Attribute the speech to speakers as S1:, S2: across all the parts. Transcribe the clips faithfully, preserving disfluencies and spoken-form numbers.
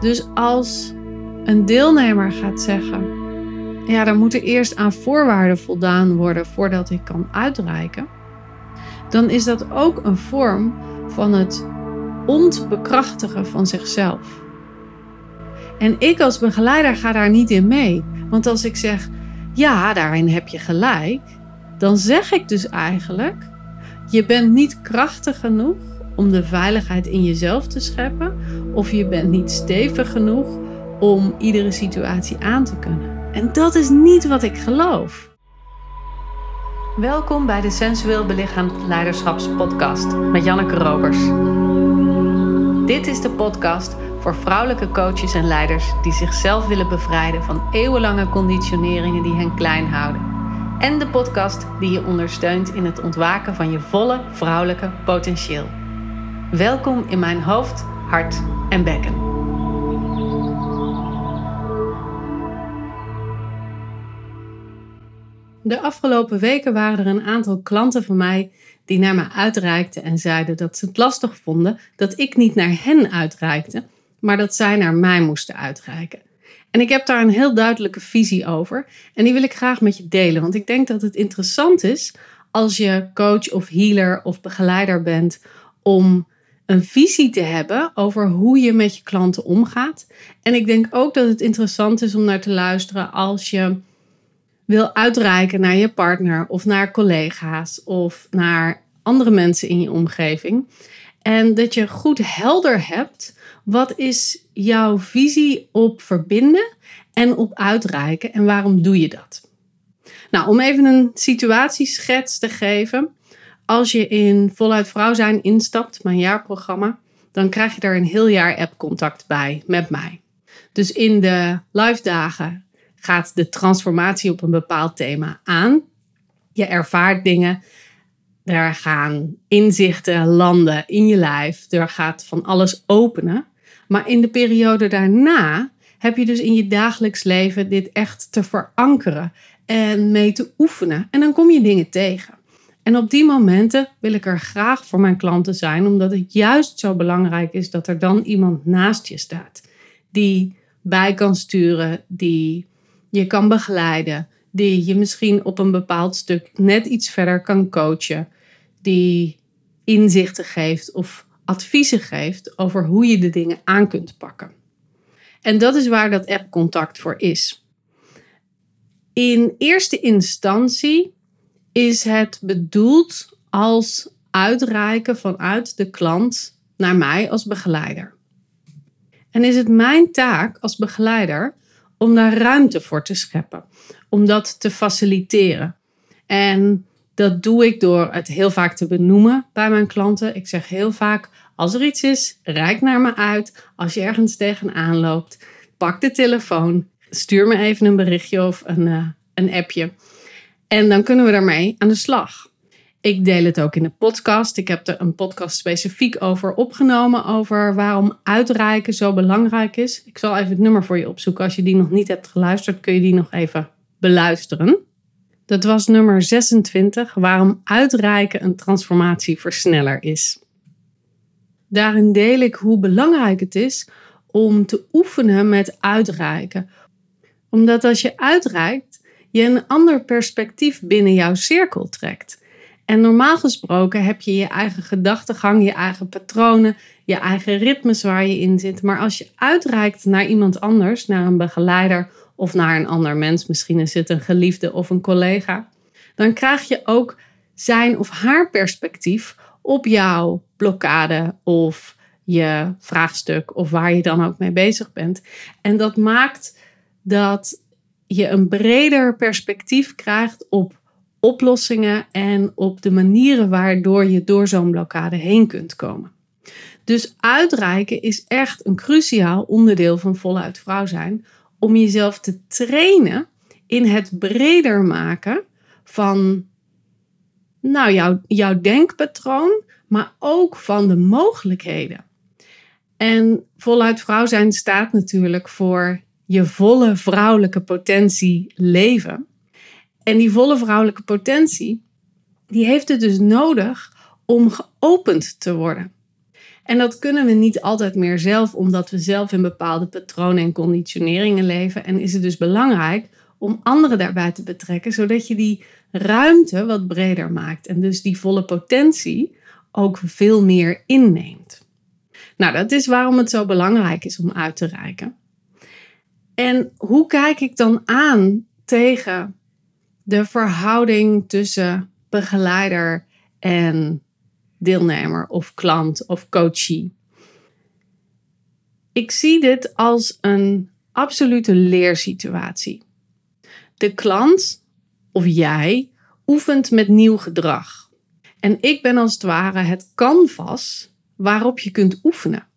S1: Dus als een deelnemer gaat zeggen, ja, er moeten eerst aan voorwaarden voldaan worden voordat ik kan uitreiken, dan is dat ook een vorm van het ontbekrachtigen van zichzelf. En ik als begeleider ga daar niet in mee. Want als ik zeg, ja, daarin heb je gelijk, dan zeg ik dus eigenlijk, je bent niet krachtig genoeg om de veiligheid in jezelf te scheppen, of je bent niet stevig genoeg om iedere situatie aan te kunnen. En dat is niet wat ik geloof. Welkom bij de Sensueel Belichaamd Leiderschapspodcast met Janneke Robers. Dit is de podcast voor vrouwelijke coaches en leiders die zichzelf willen bevrijden van eeuwenlange conditioneringen die hen klein houden. En de podcast die je ondersteunt in het ontwaken van je volle vrouwelijke potentieel. Welkom in mijn hoofd, hart en bekken. De afgelopen weken waren er een aantal klanten van mij die naar me uitreikten en zeiden dat ze het lastig vonden dat ik niet naar hen uitreikte, maar dat zij naar mij moesten uitreiken. En ik heb daar een heel duidelijke visie over en die wil ik graag met je delen, want ik denk dat het interessant is als je coach of healer of begeleider bent om een visie te hebben over hoe je met je klanten omgaat. En ik denk ook dat het interessant is om naar te luisteren als je wil uitreiken naar je partner of naar collega's of naar andere mensen in je omgeving. En dat je goed helder hebt, wat is jouw visie op verbinden en op uitreiken en waarom doe je dat? Nou, om even een situatieschets te geven. Als je in Voluit Vrouw Zijn instapt, mijn jaarprogramma, dan krijg je daar een heel jaar appcontact bij met mij. Dus in de live dagen gaat de transformatie op een bepaald thema aan. Je ervaart dingen. Er gaan inzichten landen in je lijf. Er gaat van alles openen. Maar in de periode daarna heb je dus in je dagelijks leven dit echt te verankeren en mee te oefenen. En dan kom je dingen tegen. En op die momenten wil ik er graag voor mijn klanten zijn, omdat het juist zo belangrijk is dat er dan iemand naast je staat. Die bij kan sturen, die je kan begeleiden, die je misschien op een bepaald stuk net iets verder kan coachen, die inzichten geeft of adviezen geeft over hoe je de dingen aan kunt pakken. En dat is waar dat appcontact voor is. In eerste instantie is het bedoeld als uitreiken vanuit de klant naar mij als begeleider. En is het mijn taak als begeleider om daar ruimte voor te scheppen, om dat te faciliteren. En dat doe ik door het heel vaak te benoemen bij mijn klanten. Ik zeg heel vaak, als er iets is, reik naar me uit. Als je ergens tegenaan loopt, pak de telefoon, stuur me even een berichtje of een, uh, een appje. En dan kunnen we daarmee aan de slag. Ik deel het ook in de podcast. Ik heb er een podcast specifiek over opgenomen, over waarom uitreiken zo belangrijk is. Ik zal even het nummer voor je opzoeken. Als je die nog niet hebt geluisterd, kun je die nog even beluisteren. Dat was nummer zesentwintig, waarom uitreiken een transformatieversneller is. Daarin deel ik hoe belangrijk het is om te oefenen met uitreiken. Omdat als je uitreikt, je een ander perspectief binnen jouw cirkel trekt. En normaal gesproken heb je je eigen gedachtegang, je eigen patronen, je eigen ritmes waar je in zit. Maar als je uitreikt naar iemand anders, naar een begeleider of naar een ander mens, misschien is het een geliefde of een collega, dan krijg je ook zijn of haar perspectief op jouw blokkade of je vraagstuk of waar je dan ook mee bezig bent. En dat maakt dat je een breder perspectief krijgt op oplossingen en op de manieren waardoor je door zo'n blokkade heen kunt komen. Dus uitreiken is echt een cruciaal onderdeel van voluit vrouw zijn, om jezelf te trainen in het breder maken van nou, jouw, jouw denkpatroon, maar ook van de mogelijkheden. En voluit vrouw zijn staat natuurlijk voor je volle vrouwelijke potentie leven. En die volle vrouwelijke potentie, die heeft het dus nodig om geopend te worden. En dat kunnen we niet altijd meer zelf, omdat we zelf in bepaalde patronen en conditioneringen leven. En is het dus belangrijk om anderen daarbij te betrekken, zodat je die ruimte wat breder maakt. En dus die volle potentie ook veel meer inneemt. Nou, dat is waarom het zo belangrijk is om uit te reiken. En hoe kijk ik dan aan tegen de verhouding tussen begeleider en deelnemer of klant of coachie? Ik zie dit als een absolute leersituatie. De klant of jij oefent met nieuw gedrag. En ik ben als het ware het canvas waarop je kunt oefenen.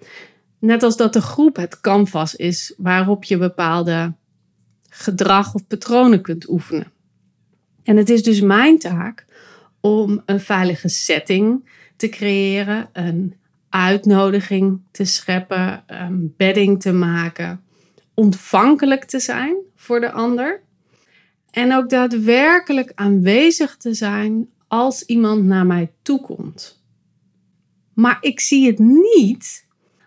S1: Net als dat de groep het canvas is waarop je bepaalde gedrag of patronen kunt oefenen. En het is dus mijn taak om een veilige setting te creëren, een uitnodiging te scheppen, een bedding te maken, ontvankelijk te zijn voor de ander en ook daadwerkelijk aanwezig te zijn als iemand naar mij toe komt. Maar ik zie het niet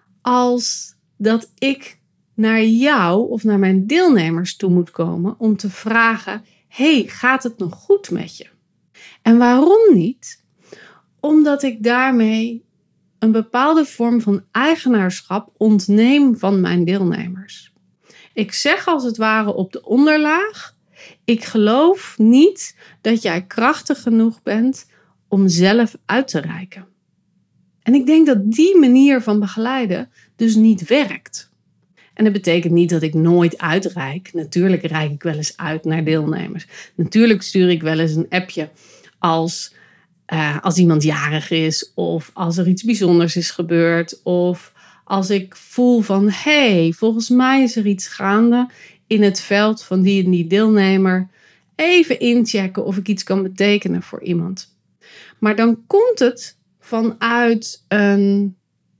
S1: als dat ik naar jou of naar mijn deelnemers toe moet komen om te vragen: hey, gaat het nog goed met je? En waarom niet? Omdat ik daarmee een bepaalde vorm van eigenaarschap ontneem van mijn deelnemers. Ik zeg als het ware op de onderlaag: ik geloof niet dat jij krachtig genoeg bent om zelf uit te reiken. En ik denk dat die manier van begeleiden dus niet werkt. En dat betekent niet dat ik nooit uitreik. Natuurlijk reik ik wel eens uit naar deelnemers. Natuurlijk stuur ik wel eens een appje als, uh, als iemand jarig is, of als er iets bijzonders is gebeurd, of als ik voel van hey, volgens mij is er iets gaande in het veld van die en die deelnemer. Even inchecken of ik iets kan betekenen voor iemand. Maar dan komt het vanuit een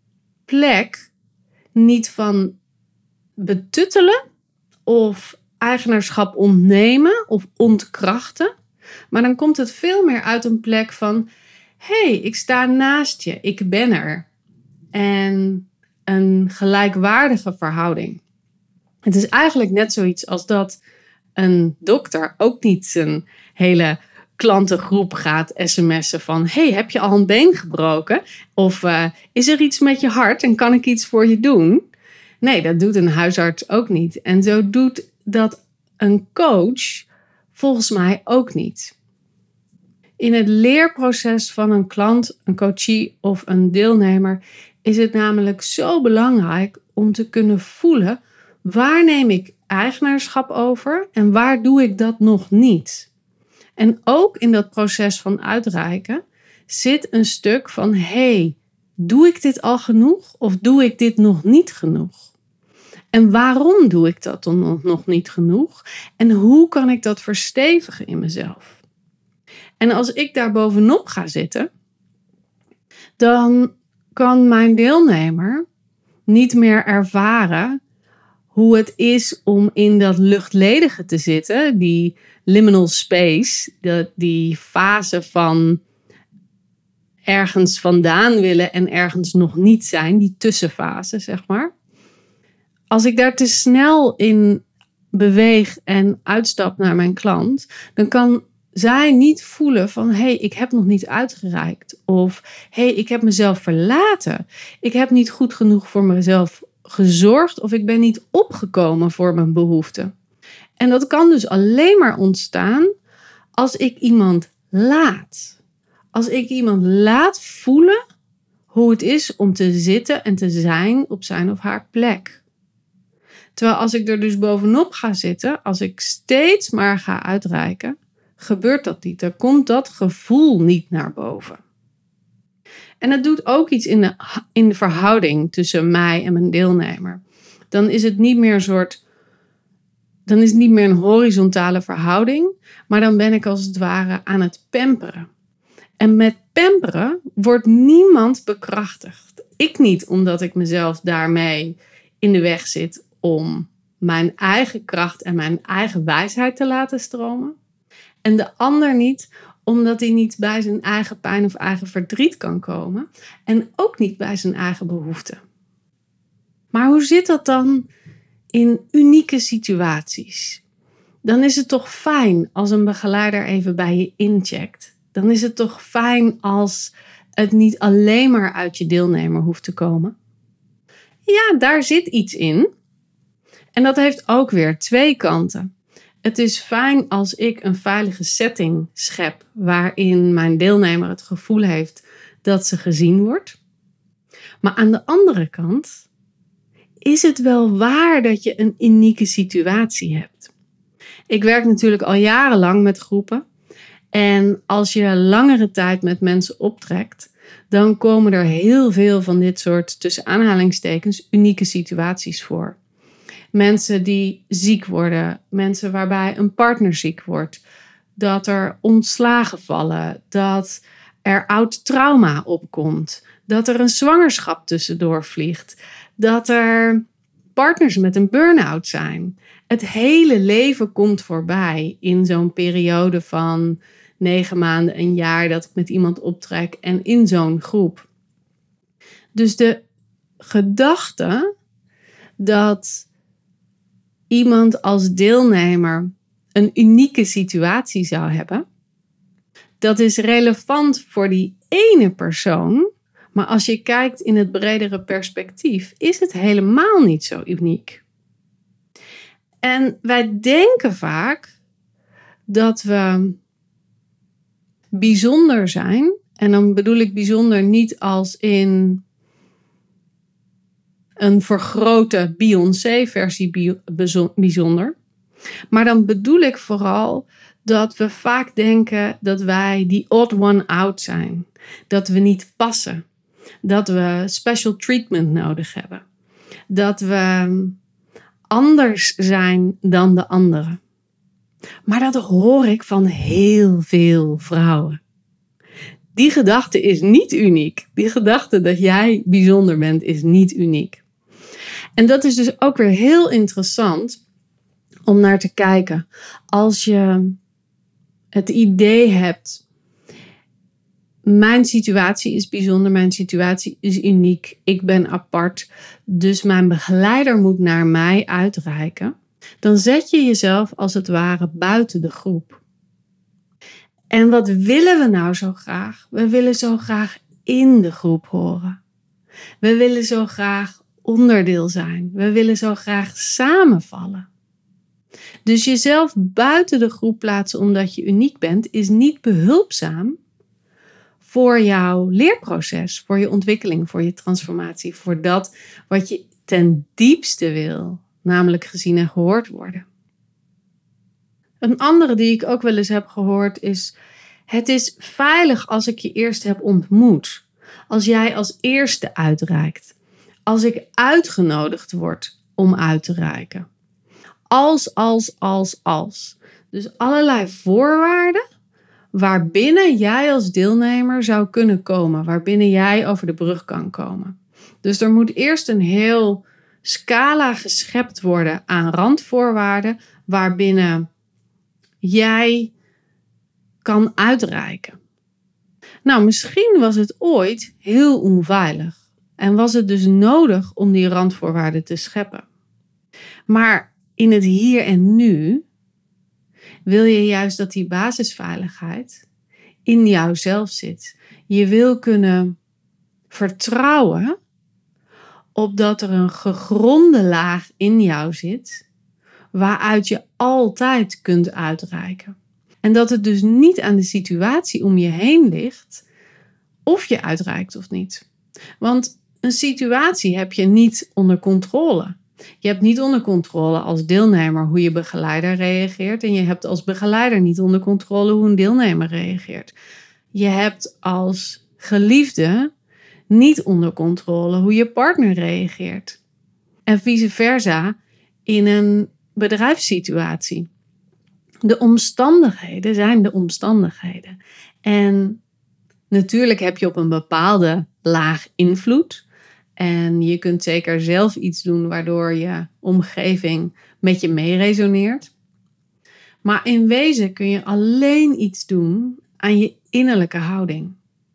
S1: plek niet van betuttelen of eigenaarschap ontnemen of ontkrachten. Maar dan komt het veel meer uit een plek van hey, ik sta naast je, ik ben er. En een gelijkwaardige verhouding. Het is eigenlijk net zoiets als dat een dokter ook niet zijn hele klantengroep gaat sms'en van hey, heb je al een been gebroken? Of uh, is er iets met je hart en kan ik iets voor je doen? Nee, dat doet een huisarts ook niet. En zo doet dat een coach volgens mij ook niet. In het leerproces van een klant, een coachie of een deelnemer is het namelijk zo belangrijk om te kunnen voelen: waar neem ik eigenaarschap over en waar doe ik dat nog niet? En ook in dat proces van uitreiken zit een stuk van hey, doe ik dit al genoeg of doe ik dit nog niet genoeg? En waarom doe ik dat dan nog niet genoeg? En hoe kan ik dat verstevigen in mezelf? En als ik daar bovenop ga zitten, dan kan mijn deelnemer niet meer ervaren hoe het is om in dat luchtledige te zitten, die liminal space, die, die fase van ergens vandaan willen en ergens nog niet zijn, die tussenfase, zeg maar. Als ik daar te snel in beweeg en uitstap naar mijn klant, dan kan zij niet voelen van hey, ik heb nog niet uitgereikt. Of hey, ik heb mezelf verlaten. Ik heb niet goed genoeg voor mezelf gezorgd of ik ben niet opgekomen voor mijn behoeften. En dat kan dus alleen maar ontstaan als ik iemand laat. Als ik iemand laat voelen hoe het is om te zitten en te zijn op zijn of haar plek. Terwijl als ik er dus bovenop ga zitten, als ik steeds maar ga uitreiken, gebeurt dat niet. Er komt dat gevoel niet naar boven. En het doet ook iets in de, in de verhouding tussen mij en mijn deelnemer. Dan is het niet meer een soort, dan is het niet meer een horizontale verhouding, maar dan ben ik als het ware aan het pamperen. En met pamperen wordt niemand bekrachtigd. Ik niet, omdat ik mezelf daarmee in de weg zit om mijn eigen kracht en mijn eigen wijsheid te laten stromen. En de ander niet, Omdat hij niet bij zijn eigen pijn of eigen verdriet kan komen. En ook niet bij zijn eigen behoeften. Maar hoe zit dat dan in unieke situaties? Dan is het toch fijn als een begeleider even bij je incheckt. Dan is het toch fijn als het niet alleen maar uit je deelnemer hoeft te komen. Ja, daar zit iets in. En dat heeft ook weer twee kanten. Het is fijn als ik een veilige setting schep waarin mijn deelnemer het gevoel heeft dat ze gezien wordt. Maar aan de andere kant is het wel waar dat je een unieke situatie hebt. Ik werk natuurlijk al jarenlang met groepen. En als je langere tijd met mensen optrekt, dan komen er heel veel van dit soort, tussen aanhalingstekens, unieke situaties voor. Mensen die ziek worden, mensen waarbij een partner ziek wordt, dat er ontslagen vallen, dat er oud trauma opkomt, dat er een zwangerschap tussendoor vliegt, dat er partners met een burn-out zijn. Het hele leven komt voorbij in zo'n periode van negen maanden, een jaar dat ik met iemand optrek en in zo'n groep. Dus de gedachte dat iemand als deelnemer een unieke situatie zou hebben, dat is relevant voor die ene persoon. Maar als je kijkt in het bredere perspectief, is het helemaal niet zo uniek. En wij denken vaak dat we bijzonder zijn. En dan bedoel ik bijzonder niet als in een vergrote Beyoncé-versie bijzonder. Maar dan bedoel ik vooral dat we vaak denken dat wij die odd one out zijn. Dat we niet passen. Dat we special treatment nodig hebben. Dat we anders zijn dan de anderen. Maar dat hoor ik van heel veel vrouwen. Die gedachte is niet uniek. Die gedachte dat jij bijzonder bent is niet uniek. En dat is dus ook weer heel interessant om naar te kijken. Als je het idee hebt, mijn situatie is bijzonder, mijn situatie is uniek, ik ben apart, dus mijn begeleider moet naar mij uitreiken, dan zet je jezelf als het ware buiten de groep. En wat willen we nou zo graag? We willen zo graag in de groep horen. We willen zo graag onderdeel zijn. We willen zo graag samenvallen. Dus jezelf buiten de groep plaatsen omdat je uniek bent, is niet behulpzaam voor jouw leerproces, voor je ontwikkeling, voor je transformatie, voor dat wat je ten diepste wil, namelijk gezien en gehoord worden. Een andere die ik ook wel eens heb gehoord is, het is veilig als ik je eerst heb ontmoet. Als jij als eerste uitreikt. Als ik uitgenodigd word om uit te reiken. Als, als, als, als. Dus allerlei voorwaarden waarbinnen jij als deelnemer zou kunnen komen. Waarbinnen jij over de brug kan komen. Dus er moet eerst een heel scala geschept worden aan randvoorwaarden waarbinnen jij kan uitreiken. Nou, misschien was het ooit heel onveilig. En was het dus nodig om die randvoorwaarden te scheppen. Maar in het hier en nu wil je juist dat die basisveiligheid in jouzelf zit. Je wil kunnen vertrouwen op dat er een gegronde laag in jou zit, waaruit je altijd kunt uitreiken. En dat het dus niet aan de situatie om je heen ligt of je uitreikt of niet. Want een situatie heb je niet onder controle. Je hebt niet onder controle als deelnemer hoe je begeleider reageert. En je hebt als begeleider niet onder controle hoe een deelnemer reageert. Je hebt als geliefde niet onder controle hoe je partner reageert. En vice versa in een bedrijfssituatie. De omstandigheden zijn de omstandigheden. En natuurlijk heb je op een bepaalde laag invloed. En je kunt zeker zelf iets doen waardoor je omgeving met je meeresoneert. Maar in wezen kun je alleen iets doen aan je innerlijke houding.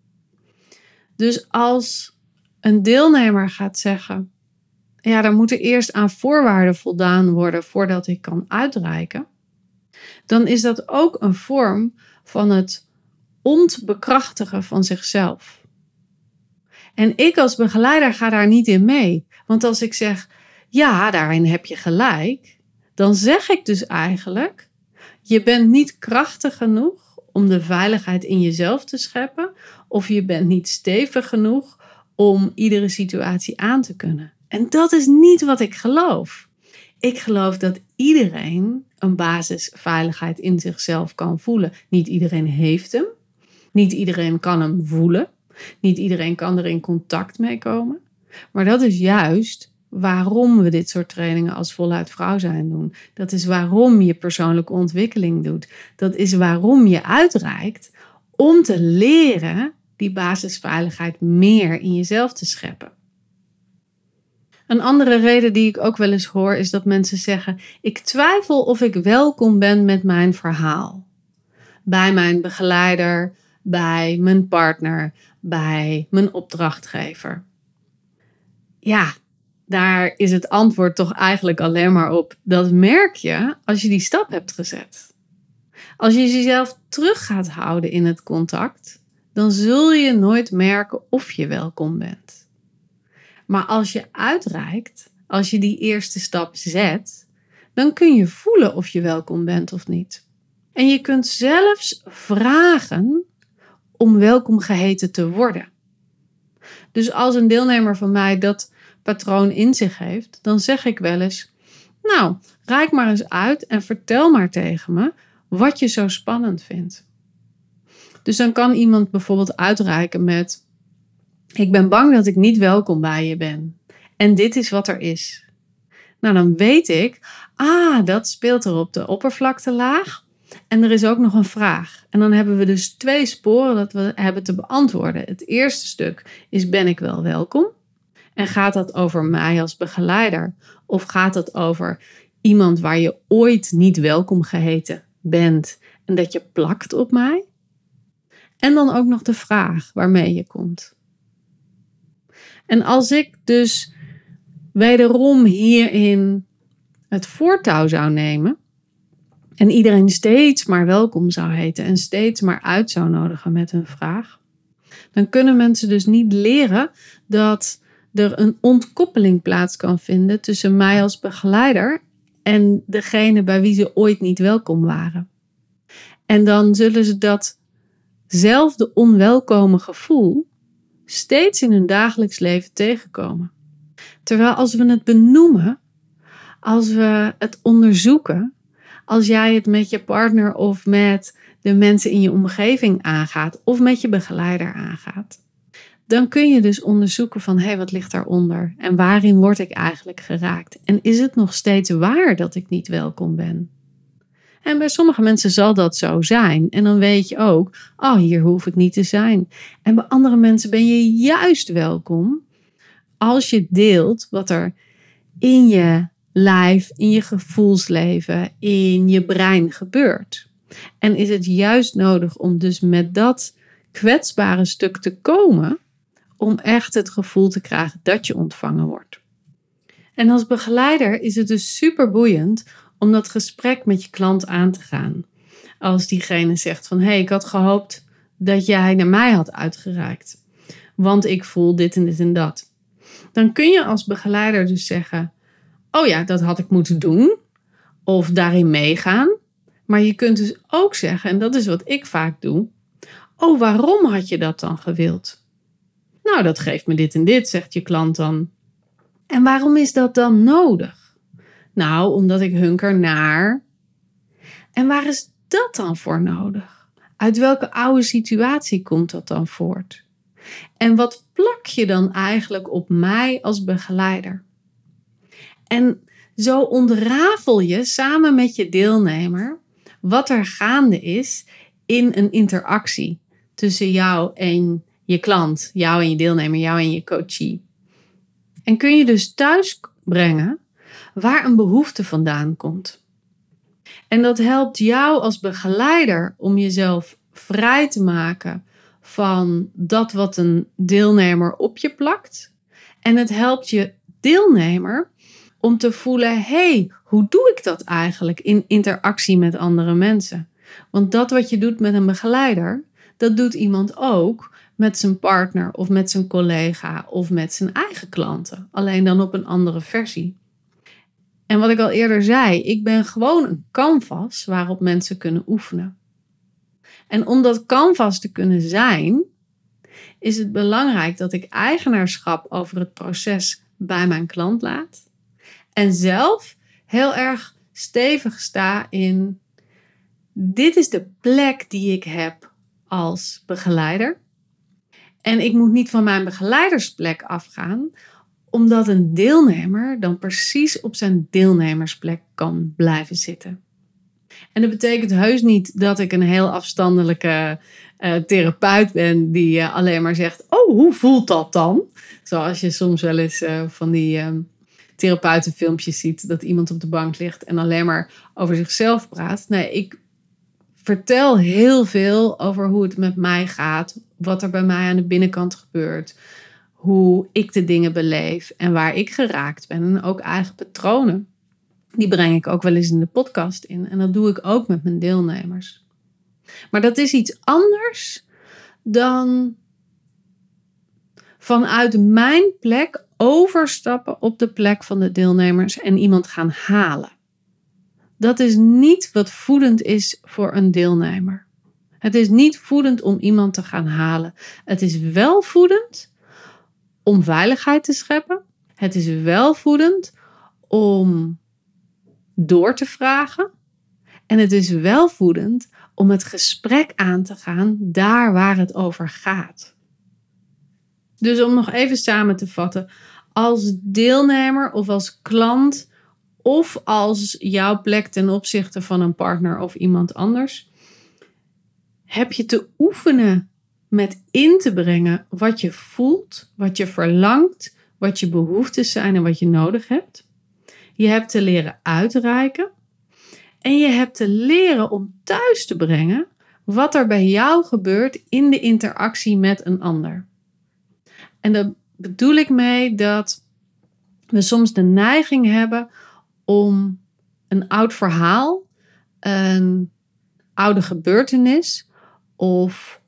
S1: Dus als een deelnemer gaat zeggen, ja, er moeten eerst aan voorwaarden voldaan worden voordat ik kan uitreiken, dan is dat ook een vorm van het ontbekrachtigen van zichzelf. En ik als begeleider ga daar niet in mee. Want als ik zeg, ja, daarin heb je gelijk, dan zeg ik dus eigenlijk, je bent niet krachtig genoeg om de veiligheid in jezelf te scheppen, of je bent niet stevig genoeg om iedere situatie aan te kunnen. En dat is niet wat ik geloof. Ik geloof dat iedereen een basisveiligheid in zichzelf kan voelen. Niet iedereen heeft hem. Niet iedereen kan hem voelen. Niet iedereen kan er in contact mee komen. Maar dat is juist waarom we dit soort trainingen als voluit vrouw zijn doen. Dat is waarom je persoonlijke ontwikkeling doet. Dat is waarom je uitreikt om te leren die basisveiligheid meer in jezelf te scheppen. Een andere reden die ik ook wel eens hoor is dat mensen zeggen, ik twijfel of ik welkom ben met mijn verhaal. Bij mijn begeleider, bij mijn partner, bij mijn opdrachtgever. Ja, daar is het antwoord toch eigenlijk alleen maar op. Dat merk je als je die stap hebt gezet. Als je jezelf terug gaat houden in het contact, dan zul je nooit merken of je welkom bent. Maar als je uitreikt, als je die eerste stap zet, dan kun je voelen of je welkom bent of niet. En je kunt zelfs vragen om welkom geheten te worden. Dus als een deelnemer van mij dat patroon in zich heeft, dan zeg ik wel eens, nou, reik maar eens uit en vertel maar tegen me wat je zo spannend vindt. Dus dan kan iemand bijvoorbeeld uitreiken met, ik ben bang dat ik niet welkom bij je ben. En dit is wat er is. Nou, dan weet ik, ah, dat speelt er op de oppervlaktelaag. En er is ook nog een vraag. En dan hebben we dus twee sporen dat we hebben te beantwoorden. Het eerste stuk is, ben ik wel welkom? En gaat dat over mij als begeleider? Of gaat dat over iemand waar je ooit niet welkom geheten bent en dat je plakt op mij? En dan ook nog de vraag waarmee je komt. En als ik dus wederom hierin het voortouw zou nemen en iedereen steeds maar welkom zou heten en steeds maar uit zou nodigen met een vraag, dan kunnen mensen dus niet leren dat er een ontkoppeling plaats kan vinden tussen mij als begeleider en degene bij wie ze ooit niet welkom waren. En dan zullen ze datzelfde onwelkome gevoel steeds in hun dagelijks leven tegenkomen. Terwijl als we het benoemen, als we het onderzoeken, als jij het met je partner of met de mensen in je omgeving aangaat of met je begeleider aangaat, dan kun je dus onderzoeken van, hé, hey, wat ligt daaronder? En waarin word ik eigenlijk geraakt? En is het nog steeds waar dat ik niet welkom ben? En bij sommige mensen zal dat zo zijn. En dan weet je ook, oh, hier hoef ik niet te zijn. En bij andere mensen ben je juist welkom als je deelt wat er in je lijf, in je gevoelsleven, in je brein gebeurt. En is het juist nodig om dus met dat kwetsbare stuk te komen, om echt het gevoel te krijgen dat je ontvangen wordt. En als begeleider is het dus super boeiend om dat gesprek met je klant aan te gaan. Als diegene zegt van, hé, hey, ik had gehoopt dat jij naar mij had uitgereikt. Want ik voel dit en dit en dat. Dan kun je als begeleider dus zeggen, oh ja, dat had ik moeten doen. Of daarin meegaan. Maar je kunt dus ook zeggen, en dat is wat ik vaak doe, oh, waarom had je dat dan gewild? Nou, dat geeft me dit en dit, zegt je klant dan. En waarom is dat dan nodig? Nou, omdat ik hunker naar. En waar is dat dan voor nodig? Uit welke oude situatie komt dat dan voort? En wat plak je dan eigenlijk op mij als begeleider? En zo ontrafel je samen met je deelnemer wat er gaande is in een interactie tussen jou en je klant, jou en je deelnemer, jou en je coachie. En kun je dus thuis brengen waar een behoefte vandaan komt. En dat helpt jou als begeleider om jezelf vrij te maken van dat wat een deelnemer op je plakt. En het helpt je deelnemer om te voelen, hey, hoe doe ik dat eigenlijk in interactie met andere mensen? Want dat wat je doet met een begeleider, dat doet iemand ook met zijn partner of met zijn collega of met zijn eigen klanten. Alleen dan op een andere versie. En wat ik al eerder zei, ik ben gewoon een canvas waarop mensen kunnen oefenen. En om dat canvas te kunnen zijn, is het belangrijk dat ik eigenaarschap over het proces bij mijn klant laat. En zelf heel erg stevig sta in, dit is de plek die ik heb als begeleider. En ik moet niet van mijn begeleidersplek afgaan, omdat een deelnemer dan precies op zijn deelnemersplek kan blijven zitten. En dat betekent heus niet dat ik een heel afstandelijke uh, therapeut ben die uh, alleen maar zegt, oh, hoe voelt dat dan? Zoals je soms wel eens uh, van die uh, therapeutenfilmpjes ziet, dat iemand op de bank ligt en alleen maar over zichzelf praat. Nee, ik vertel heel veel over hoe het met mij gaat, wat er bij mij aan de binnenkant gebeurt, hoe ik de dingen beleef en waar ik geraakt ben en ook eigen patronen. Die breng ik ook wel eens in de podcast in. En dat doe ik ook met mijn deelnemers. Maar dat is iets anders dan vanuit mijn plek overstappen op de plek van de deelnemers en iemand gaan halen. Dat is niet wat voedend is voor een deelnemer. Het is niet voedend om iemand te gaan halen. Het is wel voedend om veiligheid te scheppen. Het is wel voedend om door te vragen. En het is wel voedend om het gesprek aan te gaan daar waar het over gaat. Dus om nog even samen te vatten. Als deelnemer of als klant of als jouw plek ten opzichte van een partner of iemand anders, heb je te oefenen met in te brengen wat je voelt, wat je verlangt, wat je behoeftes zijn en wat je nodig hebt. Je hebt te leren uitreiken. En je hebt te leren om thuis te brengen wat er bij jou gebeurt in de interactie met een ander. En daar bedoel ik mee dat we soms de neiging hebben om een oud verhaal, een oude gebeurtenis of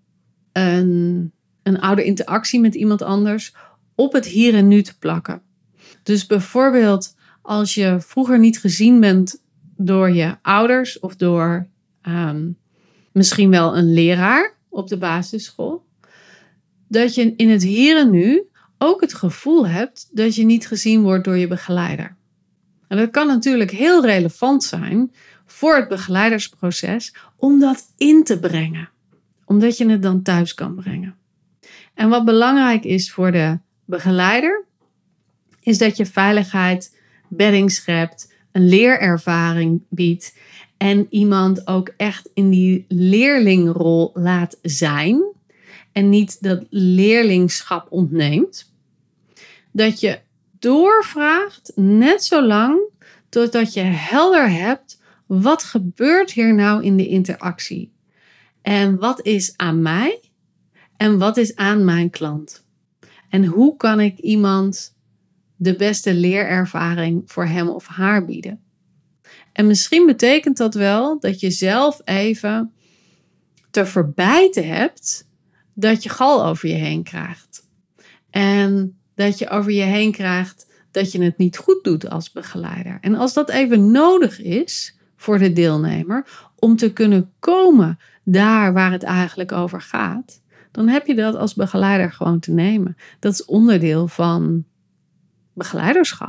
S1: een, een oude interactie met iemand anders op het hier en nu te plakken. Dus bijvoorbeeld als je vroeger niet gezien bent door je ouders of door um, misschien wel een leraar op de basisschool, dat je in het hier en nu ook het gevoel hebt dat je niet gezien wordt door je begeleider. En dat kan natuurlijk heel relevant zijn voor het begeleidersproces om dat in te brengen, omdat je het dan thuis kan brengen. En wat belangrijk is voor de begeleider, is dat je veiligheid, bedding schept, een leerervaring biedt en iemand ook echt in die leerlingrol laat zijn en niet dat leerlingschap ontneemt. Dat je doorvraagt net zo lang totdat je helder hebt, wat gebeurt hier nou in de interactie? En wat is aan mij en wat is aan mijn klant? En hoe kan ik iemand de beste leerervaring voor hem of haar bieden? En misschien betekent dat wel dat je zelf even te verbijten hebt dat je gal over je heen krijgt. En dat je over je heen krijgt dat je het niet goed doet als begeleider. En als dat even nodig is voor de deelnemer om te kunnen komen daar waar het eigenlijk over gaat, dan heb je dat als begeleider gewoon te nemen. Dat is onderdeel van begeleiderschap.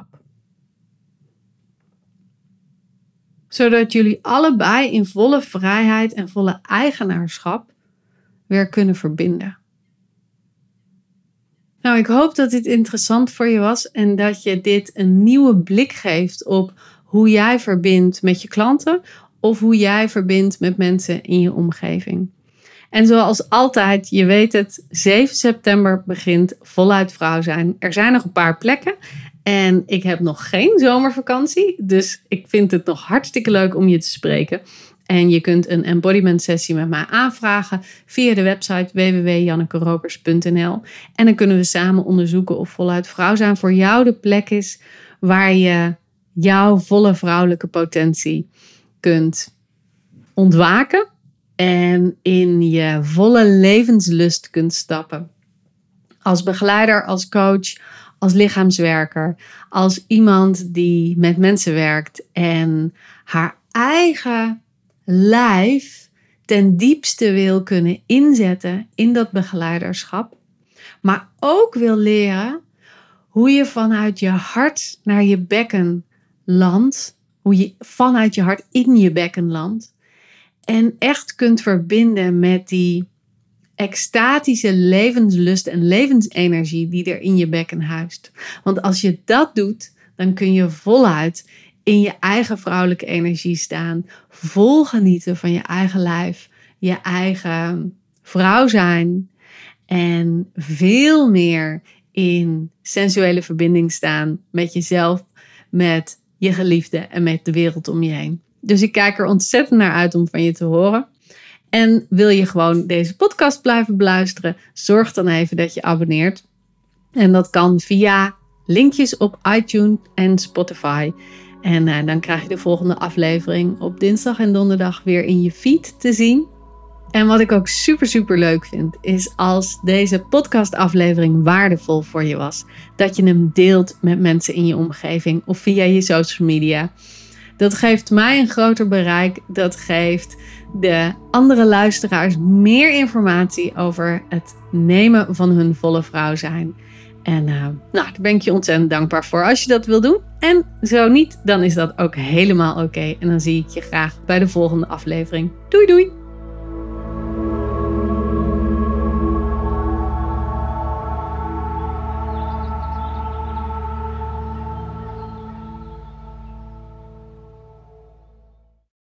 S1: Zodat jullie allebei in volle vrijheid en volle eigenaarschap weer kunnen verbinden. Nou, ik hoop dat dit interessant voor je was en dat je dit een nieuwe blik geeft op hoe jij verbindt met je klanten of hoe jij verbindt met mensen in je omgeving. En zoals altijd, je weet het, zeven september begint Voluit Vrouw zijn. Er zijn nog een paar plekken en ik heb nog geen zomervakantie, dus ik vind het nog hartstikke leuk om je te spreken. En je kunt een embodiment sessie met mij aanvragen via de website w w w punt janneke ropers punt n l. En dan kunnen we samen onderzoeken of voluit vrouw zijn voor jou de plek is waar je jouw volle vrouwelijke potentie kunt ontwaken en in je volle levenslust kunt stappen. Als begeleider, als coach, als lichaamswerker, als iemand die met mensen werkt en haar eigen lijf ten diepste wil kunnen inzetten in dat begeleiderschap, maar ook wil leren hoe je vanuit je hart naar je bekken landt, hoe je vanuit je hart in je bekken landt en echt kunt verbinden met die extatische levenslust en levensenergie die er in je bekken huist. Want als je dat doet, dan kun je voluit in je eigen vrouwelijke energie staan, vol genieten van je eigen lijf, je eigen vrouw zijn en veel meer in sensuele verbinding staan met jezelf, met je geliefde en met de wereld om je heen. Dus ik kijk er ontzettend naar uit om van je te horen. En wil je gewoon deze podcast blijven beluisteren, zorg dan even dat je abonneert. En dat kan via linkjes op iTunes en Spotify. En uh, dan krijg je de volgende aflevering op dinsdag en donderdag weer in je feed te zien. En wat ik ook super super leuk vind, is als deze podcastaflevering waardevol voor je was, dat je hem deelt met mensen in je omgeving of via je social media. Dat geeft mij een groter bereik. Dat geeft de andere luisteraars meer informatie over het nemen van hun volle vrouw zijn. En uh, nou, daar ben ik je ontzettend dankbaar voor als je dat wil doen. En zo niet, dan is dat ook helemaal oké. En dan zie ik je graag bij de volgende aflevering. Doei doei!